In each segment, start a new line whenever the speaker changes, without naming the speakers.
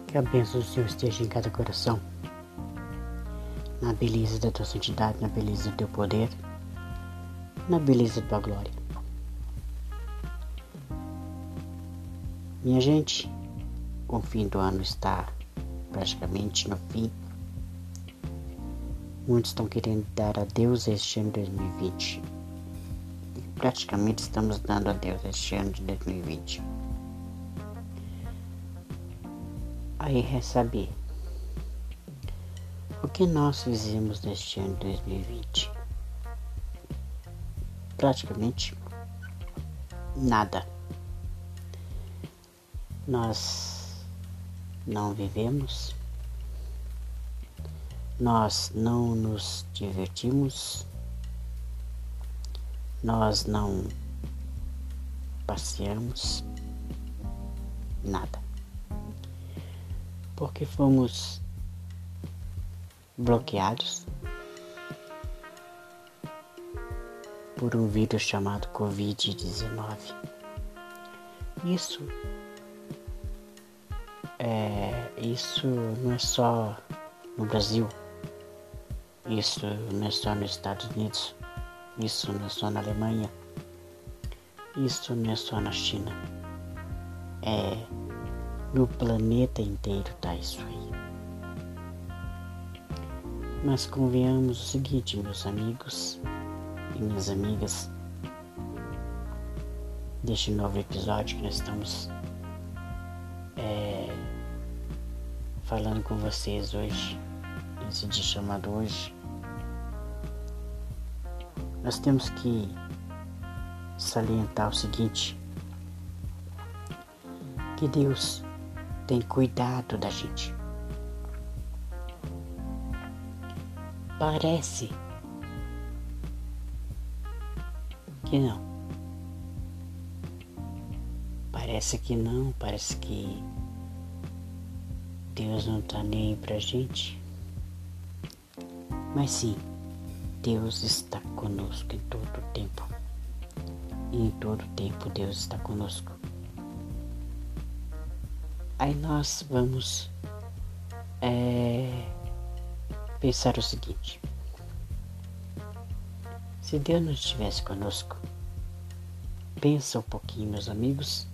Que a bênção do Senhor esteja em cada coração, na beleza da tua santidade, na beleza do teu poder, na beleza da tua glória. Minha gente, o fim do ano está praticamente no fim. Muitos estão querendo dar adeus a este ano de 2020. E praticamente estamos dando adeus a este ano de 2020. Aí é saber o que nós fizemos neste ano de 2020. Praticamente nada. Nós não vivemos, nós não nos divertimos, nós não passeamos, nada. Porque fomos bloqueados por um vírus chamado Covid-19. Isso não é só no Brasil, isso não é só nos Estados Unidos, isso não é só na Alemanha, isso não é só na China, no planeta inteiro tá isso aí. Mas convenhamos o seguinte, meus amigos e minhas amigas, deste novo episódio que nós estamos falando com vocês hoje, nesse dia chamado hoje, nós temos que salientar o seguinte, que Deus tem cuidado da gente. Parece que não. Parece que Deus não tá nem aí pra gente. Mas sim, Deus está conosco em todo o tempo. E em todo o tempo Deus está conosco. Aí nós vamos pensar o seguinte. Se Deus não estivesse conosco, pensa um pouquinho, meus amigos.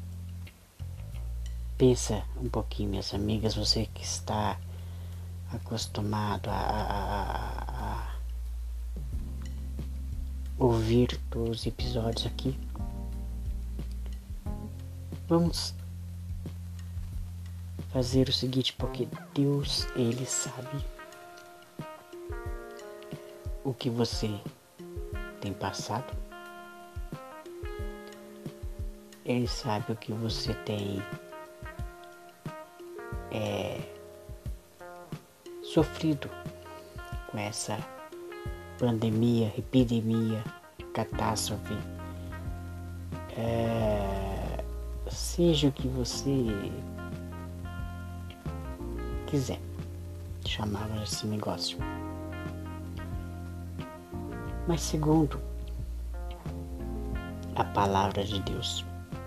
Pensa um pouquinho, minhas amigas, você que está acostumado a ouvir todos os episódios aqui. Vamos fazer o seguinte, porque Deus, Ele sabe o que você tem passado. Ele sabe o que você tem sofrido com essa pandemia, epidemia, catástrofe, seja o que você quiser chamar esse negócio. Mas segundo a palavra de Deus,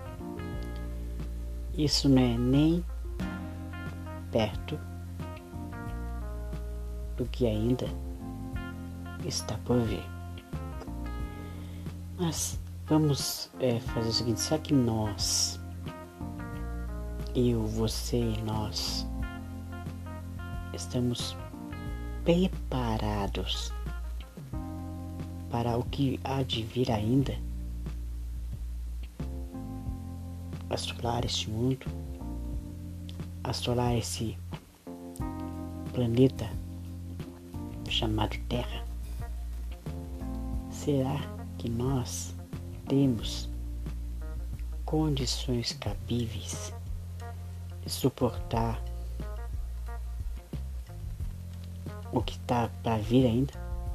isso não é nem perto do que ainda está por vir. Mas vamos fazer o seguinte, será que nós, eu, você e nós, estamos preparados para o que há de vir ainda? Assolar este mundo, assolar esse planeta chamado Terra. Será que nós temos condições cabíveis de suportar o que está para vir ainda?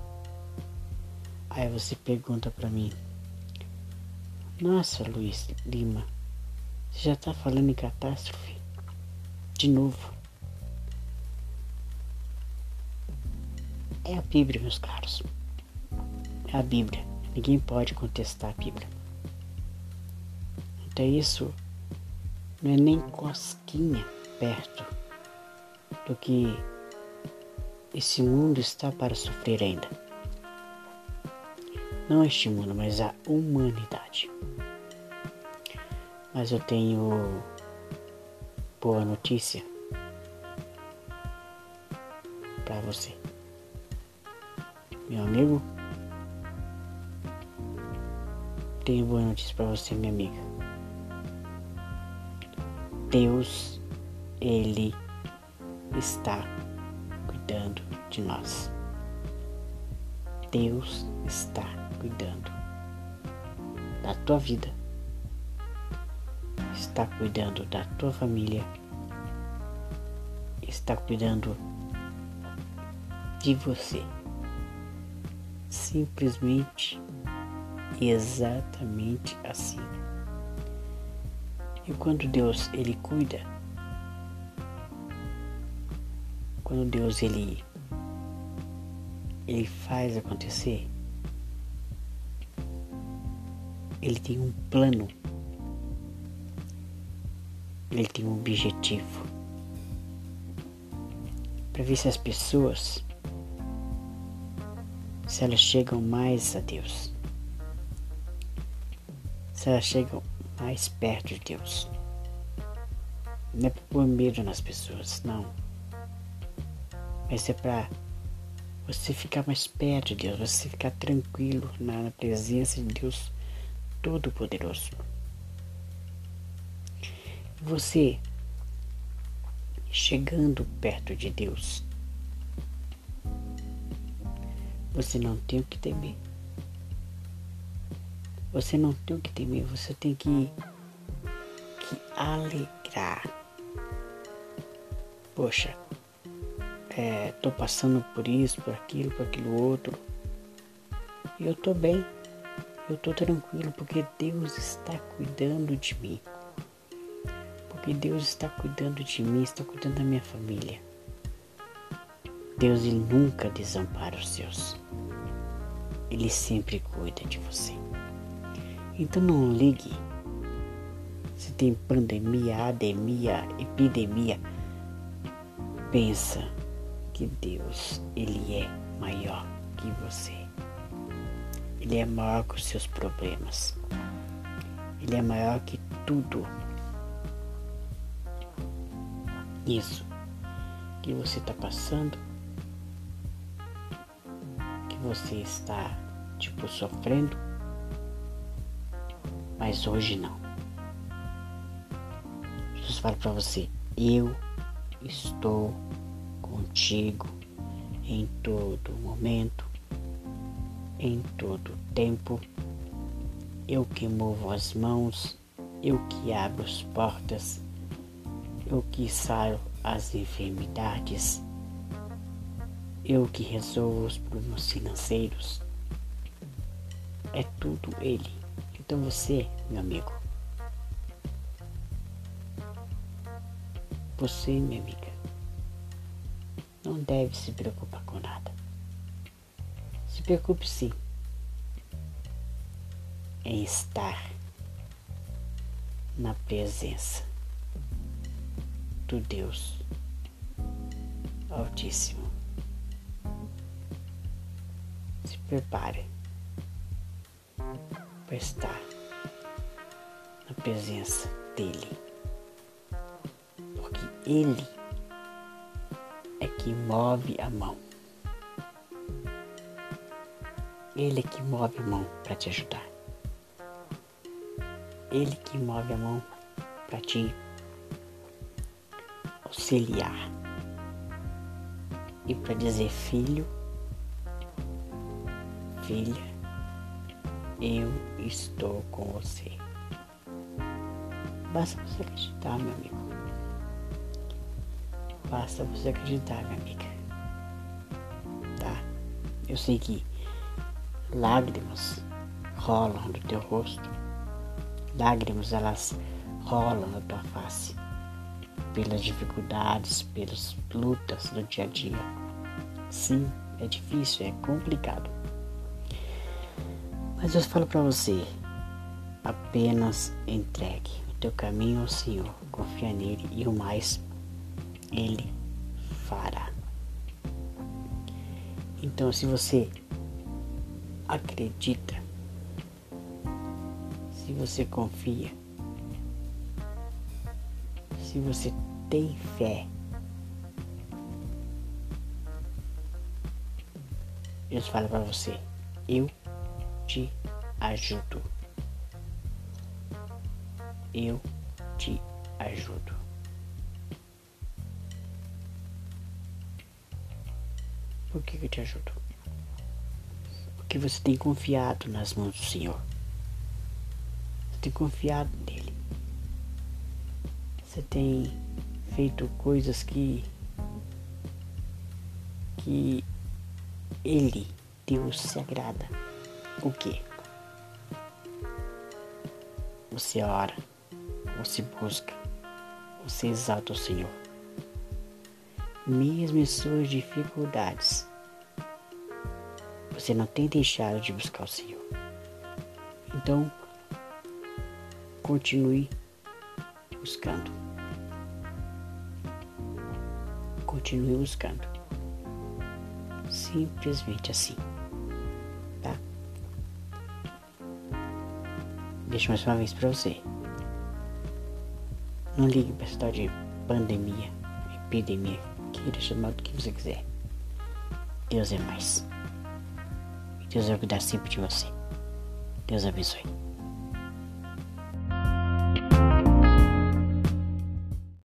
Aí você pergunta para mim, nossa, Luiz Lima, você já está falando em catástrofe de novo? É a Bíblia, meus caros. É a Bíblia. Ninguém pode contestar a Bíblia. Então isso não é nem cosquinha perto do que esse mundo está para sofrer ainda. Não este mundo, mas a humanidade. Mas eu tenho boa notícia para você, meu amigo. Tenho boa notícia para você, minha amiga. Deus, Ele está cuidando de nós. Deus está cuidando da tua vida. Está cuidando da tua família. Está cuidando de você. Simplesmente e exatamente assim. E quando Deus, Ele cuida, quando Deus, Ele faz acontecer, Ele tem um plano, Ele tem um objetivo, para ver se as pessoas, se elas chegam mais a Deus, se elas chegam mais perto de Deus. Não é para pôr medo nas pessoas, não. Mas é para você ficar mais perto de Deus, você ficar tranquilo na presença de Deus Todo-Poderoso. Você chegando perto de Deus, você não tem o que temer. Você não tem o que temer, você tem que alegrar. Poxa, tô passando por isso, por aquilo outro. E eu tô bem, eu tô tranquilo, porque Deus está cuidando de mim. Porque Deus está cuidando de mim, está cuidando da minha família. Deus, Ele nunca desampara os seus. Ele sempre cuida de você. Então não ligue se tem pandemia, ademia, epidemia. Pensa que Deus, Ele é maior que você. Ele é maior que os seus problemas. Ele é maior que tudo. Isso que você está passando, que você está, sofrendo, mas hoje não. Jesus fala para você: eu estou contigo em todo momento, em todo tempo. Eu que movo as mãos, eu que abro as portas, eu que saro as enfermidades, eu que resolvo os problemas financeiros. É tudo Ele. Então você, meu amigo, você, minha amiga, não deve se preocupar com nada. Se preocupe sim em estar na presença do Deus Altíssimo. Se prepare para estar na presença dEle, porque Ele é que move a mão. Ele é que move a mão para te ajudar. Ele que move a mão para te auxiliar e para dizer: filho, filha, eu estou com você. Basta você acreditar, meu amigo. Basta você acreditar, minha amiga. Tá? Eu sei que lágrimas rolam no teu rosto. Lágrimas, elas rolam na tua face. Pelas dificuldades, pelas lutas do dia a dia. Sim, é difícil, é complicado. Mas eu falo para você: apenas entregue o teu caminho ao Senhor, confia nele, e o mais Ele fará. Então, se você acredita, se você confia, se você tem fé, Deus fala para você: eu te ajudo. Eu te ajudo. Por que eu te ajudo? Porque você tem confiado nas mãos do Senhor. Você tem confiado nele. Você tem feito coisas que ele, Deus, se agrada. O quê? Você ora, você busca, você exalta o Senhor. Mesmo em suas dificuldades, você não tem deixado de buscar o Senhor. Então, continue buscando. Continue buscando. Simplesmente assim. Tá? Deixa mais uma vez pra você. Não ligue pra história de pandemia, epidemia, queira chamar do que você quiser. Deus é mais. E Deus vai cuidar sempre de você. Deus abençoe.